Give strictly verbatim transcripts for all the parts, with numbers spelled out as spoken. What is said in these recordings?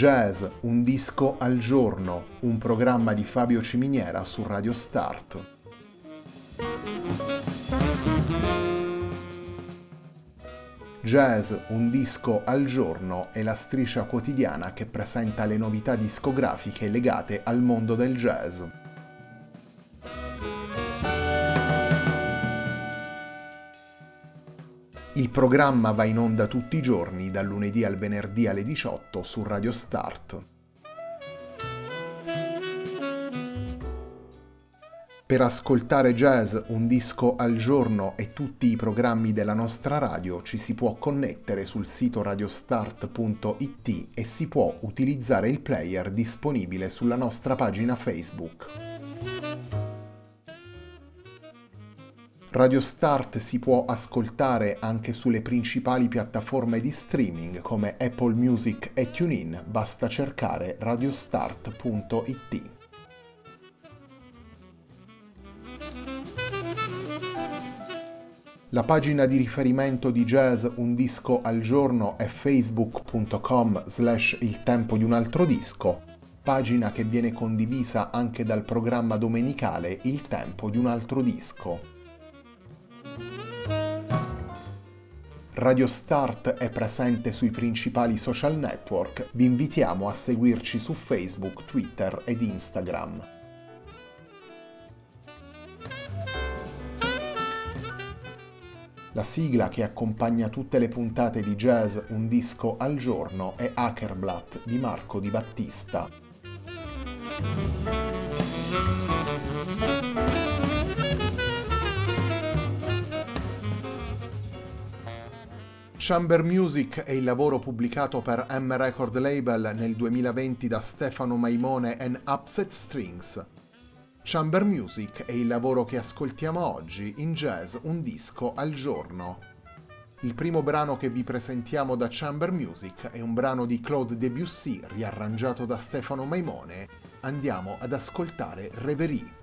Jazz, un disco al giorno, un programma di Fabio Ciminiera su Radio Start. Jazz, un disco al giorno è la striscia quotidiana che presenta le novità discografiche legate al mondo del jazz. Il programma va in onda tutti i giorni, dal lunedì al venerdì alle diciotto su Radio Start. Per ascoltare Jazz, un disco al giorno e tutti i programmi della nostra radio ci si può connettere sul sito radiostart punto it e si può utilizzare il player disponibile sulla nostra pagina Facebook. Radio Start si può ascoltare anche sulle principali piattaforme di streaming come Apple Music e TuneIn, basta cercare radiostart punto it. La pagina di riferimento di Jazz, un disco al giorno è facebook punto com slash il tempo di un altro disco, pagina che viene condivisa anche dal programma domenicale Il tempo di un altro disco. Radio Start è presente sui principali social network, vi invitiamo a seguirci su Facebook, Twitter ed Instagram. La sigla che accompagna tutte le puntate di Jazz, un disco al giorno è Hackerblatt di Marco Di Battista. Chamber Music è il lavoro pubblicato per M Record Label nel duemilaventi da Stefano Maimone and Upset Strings. Chamber Music è il lavoro che ascoltiamo oggi in Jazz, un disco al giorno. Il primo brano che vi presentiamo da Chamber Music è un brano di Claude Debussy riarrangiato da Stefano Maimone. Andiamo ad ascoltare Reverie.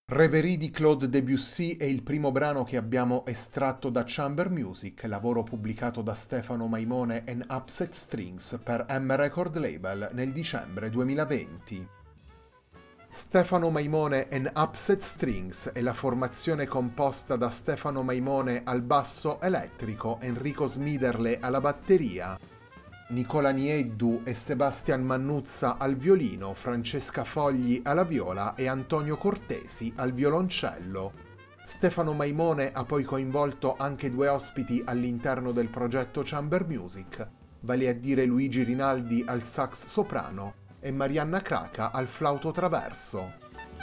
Reverie di Claude Debussy è il primo brano che abbiamo estratto da Chamber Music, lavoro pubblicato da Stefano Maimone and Upset Strings per M Record Label nel dicembre duemilaventi. Stefano Maimone and Upset Strings è la formazione composta da Stefano Maimone al basso elettrico, Enrico Smiderle alla batteria, Nicola Nieddu e Sebastian Mannuzza al violino, Francesca Fogli alla viola e Antonio Cortesi al violoncello. Stefano Maimone ha poi coinvolto anche due ospiti all'interno del progetto Chamber Music, vale a dire Luigi Rinaldi al sax soprano e Marianna Craca al flauto traverso.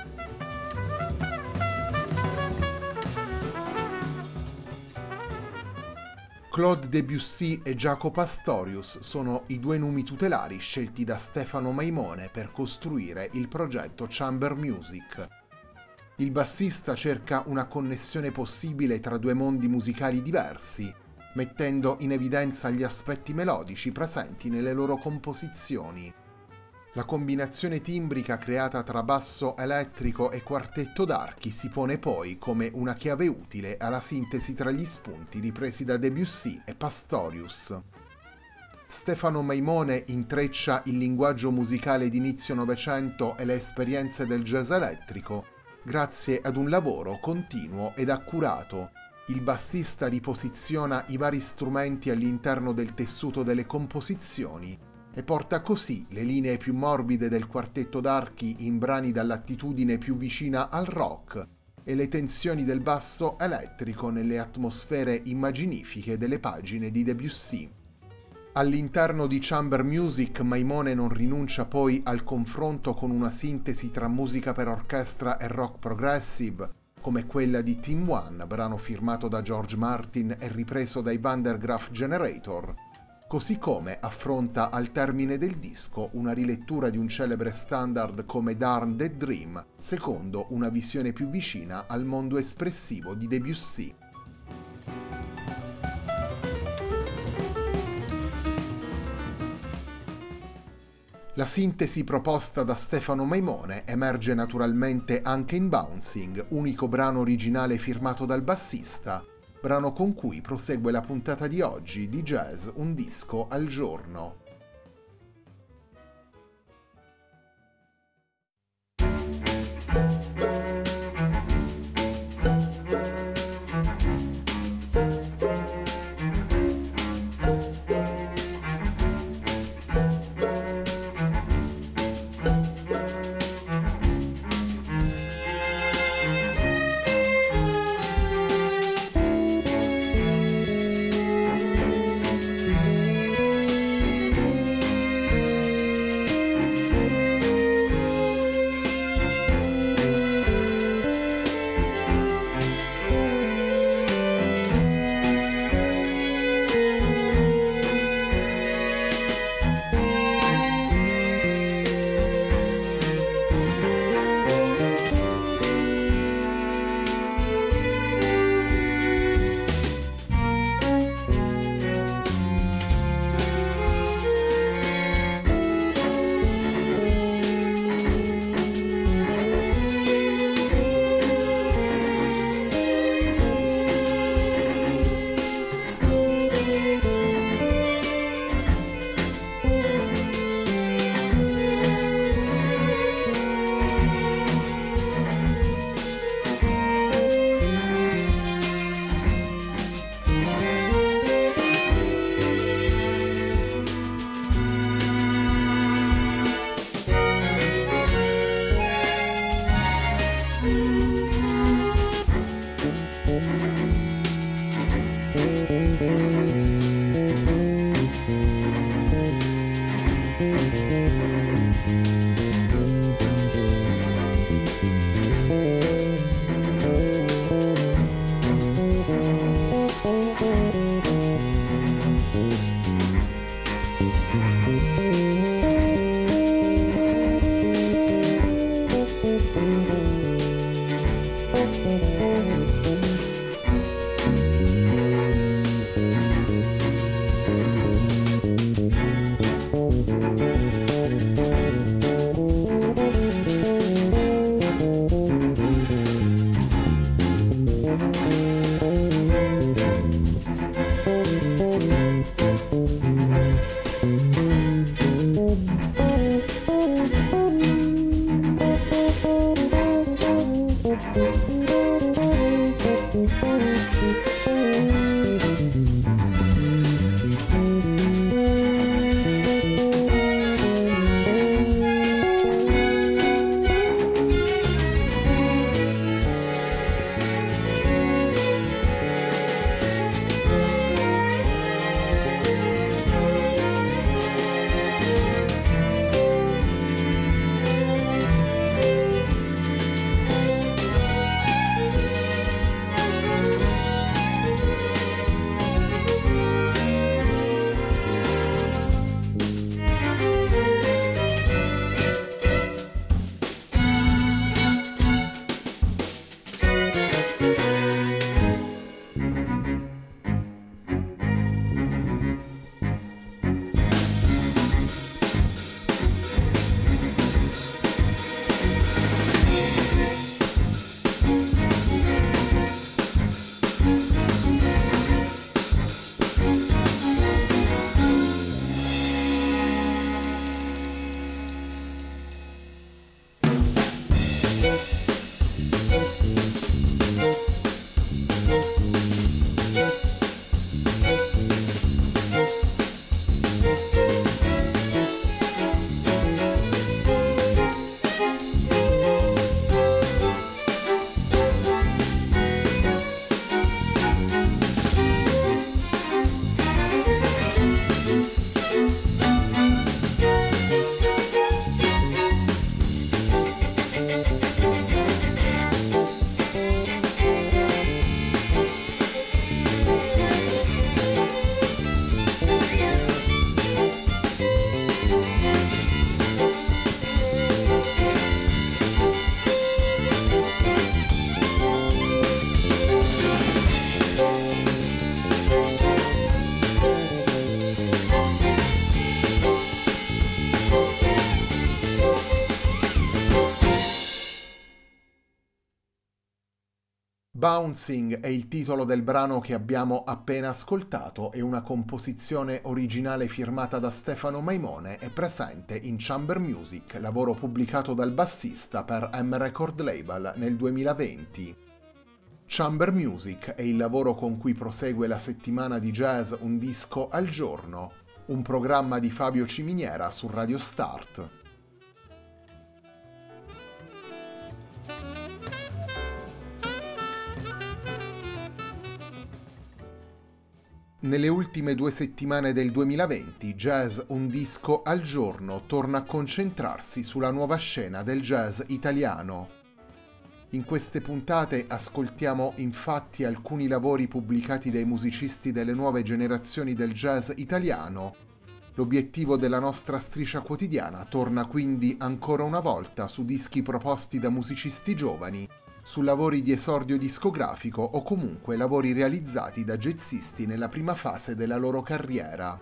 Claude Debussy e Jaco Pastorius sono i due numi tutelari scelti da Stefano Maimone per costruire il progetto Chamber Music. Il bassista cerca una connessione possibile tra due mondi musicali diversi, mettendo in evidenza gli aspetti melodici presenti nelle loro composizioni. La combinazione timbrica creata tra basso elettrico e quartetto d'archi si pone poi come una chiave utile alla sintesi tra gli spunti ripresi da Debussy e Pastorius. Stefano Maimone intreccia il linguaggio musicale d'inizio Novecento e le esperienze del jazz elettrico grazie ad un lavoro continuo ed accurato. Il bassista riposiziona i vari strumenti all'interno del tessuto delle composizioni e porta così le linee più morbide del quartetto d'archi in brani dall'attitudine più vicina al rock e le tensioni del basso elettrico nelle atmosfere immaginifiche delle pagine di Debussy. All'interno di Chamber Music Maimone non rinuncia poi al confronto con una sintesi tra musica per orchestra e rock progressive, come quella di Team One, brano firmato da George Martin e ripreso dai Van der Graaf Generator, così come affronta al termine del disco una rilettura di un celebre standard come Darn Dead Dream, secondo una visione più vicina al mondo espressivo di Debussy. La sintesi proposta da Stefano Maimone emerge naturalmente anche in Bouncing, unico brano originale firmato dal bassista, brano con cui prosegue la puntata di oggi di Jazz Un Disco al Giorno. Bouncing è il titolo del brano che abbiamo appena ascoltato e una composizione originale firmata da Stefano Maimone è presente in Chamber Music, lavoro pubblicato dal bassista per M Record Label nel duemilaventi. Chamber Music è il lavoro con cui prosegue la settimana di jazz Un disco al giorno, un programma di Fabio Ciminiera su Radio Start. Nelle ultime due settimane del duemilaventi, Jazz Un disco al giorno torna a concentrarsi sulla nuova scena del jazz italiano. In queste puntate ascoltiamo infatti alcuni lavori pubblicati dai musicisti delle nuove generazioni del jazz italiano. L'obiettivo della nostra striscia quotidiana torna quindi ancora una volta su dischi proposti da musicisti giovani, su lavori di esordio discografico o comunque lavori realizzati da jazzisti nella prima fase della loro carriera.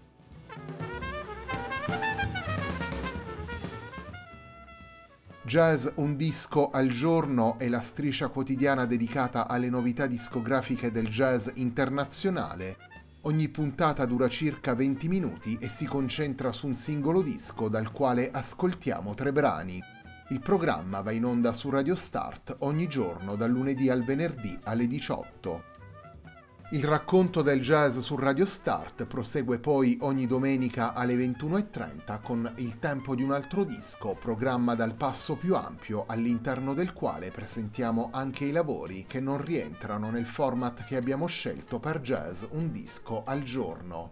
Jazz Un disco al giorno è la striscia quotidiana dedicata alle novità discografiche del jazz internazionale. Ogni puntata dura circa venti minuti e si concentra su un singolo disco dal quale ascoltiamo tre brani. Il programma va in onda su Radio Start ogni giorno dal lunedì al venerdì alle diciotto. Il racconto del jazz su Radio Start prosegue poi ogni domenica alle ventuno e trenta con Il tempo di un altro disco, programma dal passo più ampio all'interno del quale presentiamo anche i lavori che non rientrano nel format che abbiamo scelto per Jazz Un disco al giorno.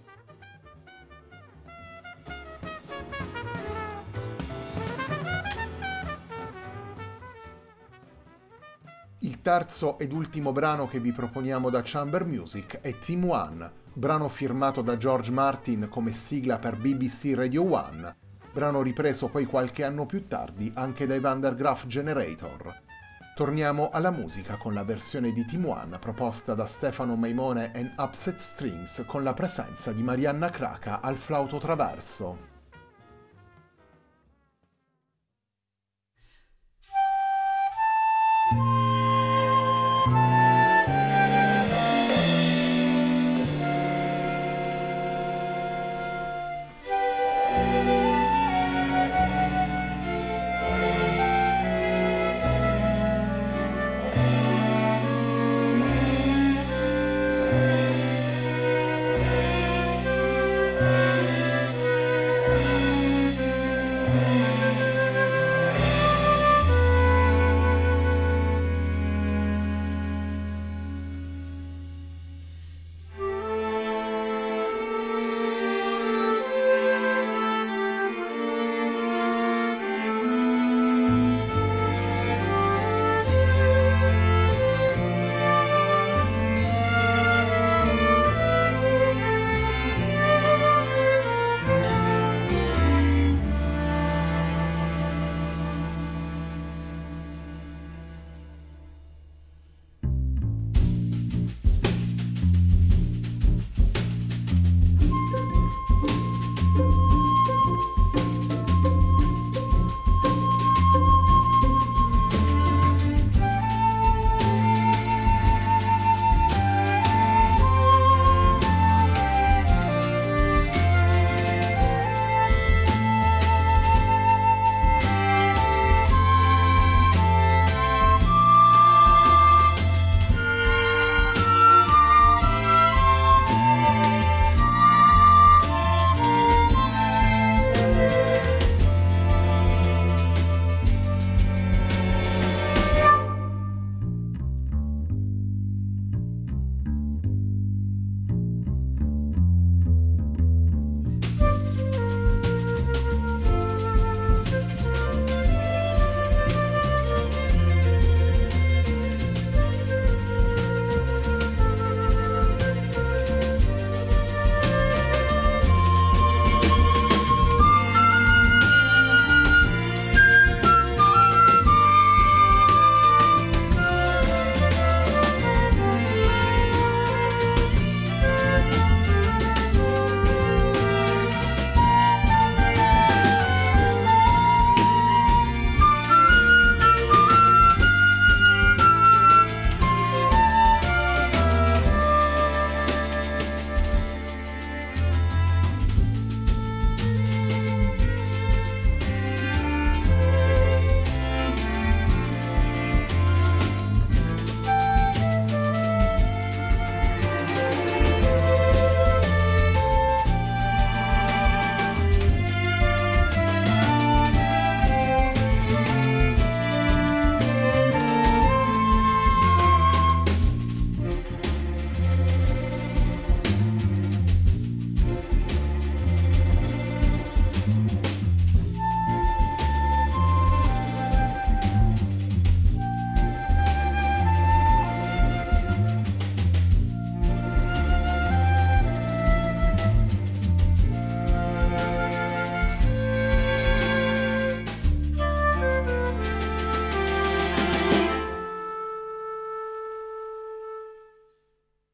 Il terzo ed ultimo brano che vi proponiamo da Chamber Music è Team One, brano firmato da George Martin come sigla per B B C Radio One, brano ripreso poi qualche anno più tardi anche dai Van der Graaf Generator. Torniamo alla musica con la versione di Team One proposta da Stefano Maimone and Upset Strings con la presenza di Marianna Craca al flauto traverso.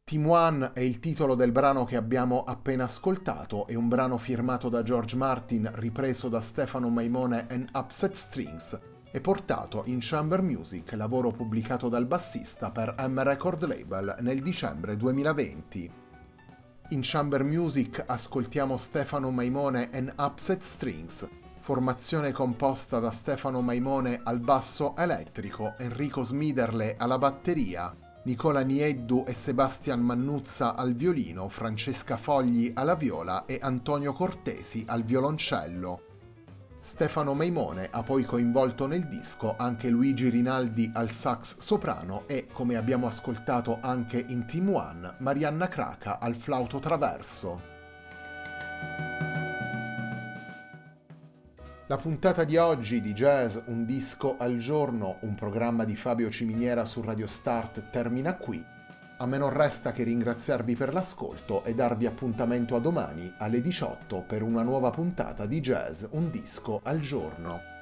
Team One è il titolo del brano che abbiamo appena ascoltato, è un brano firmato da George Martin, ripreso da Stefano Maimone and Upset Strings e portato in Chamber Music, lavoro pubblicato dal bassista per M Record Label nel dicembre duemilaventi. In Chamber Music ascoltiamo Stefano Maimone and Upset Strings, formazione composta da Stefano Maimone al basso elettrico, Enrico Smiderle alla batteria, Nicola Nieddu e Sebastian Mannuzza al violino, Francesca Fogli alla viola e Antonio Cortesi al violoncello. Stefano Maimone ha poi coinvolto nel disco anche Luigi Rinaldi al sax soprano e, come abbiamo ascoltato anche in Team One, Marianna Craca al flauto traverso. La puntata di oggi di Jazz Un disco al giorno, un programma di Fabio Ciminiera su Radio Start, termina qui. A me non resta che ringraziarvi per l'ascolto e darvi appuntamento a domani alle diciotto per una nuova puntata di Jazz Un disco al giorno.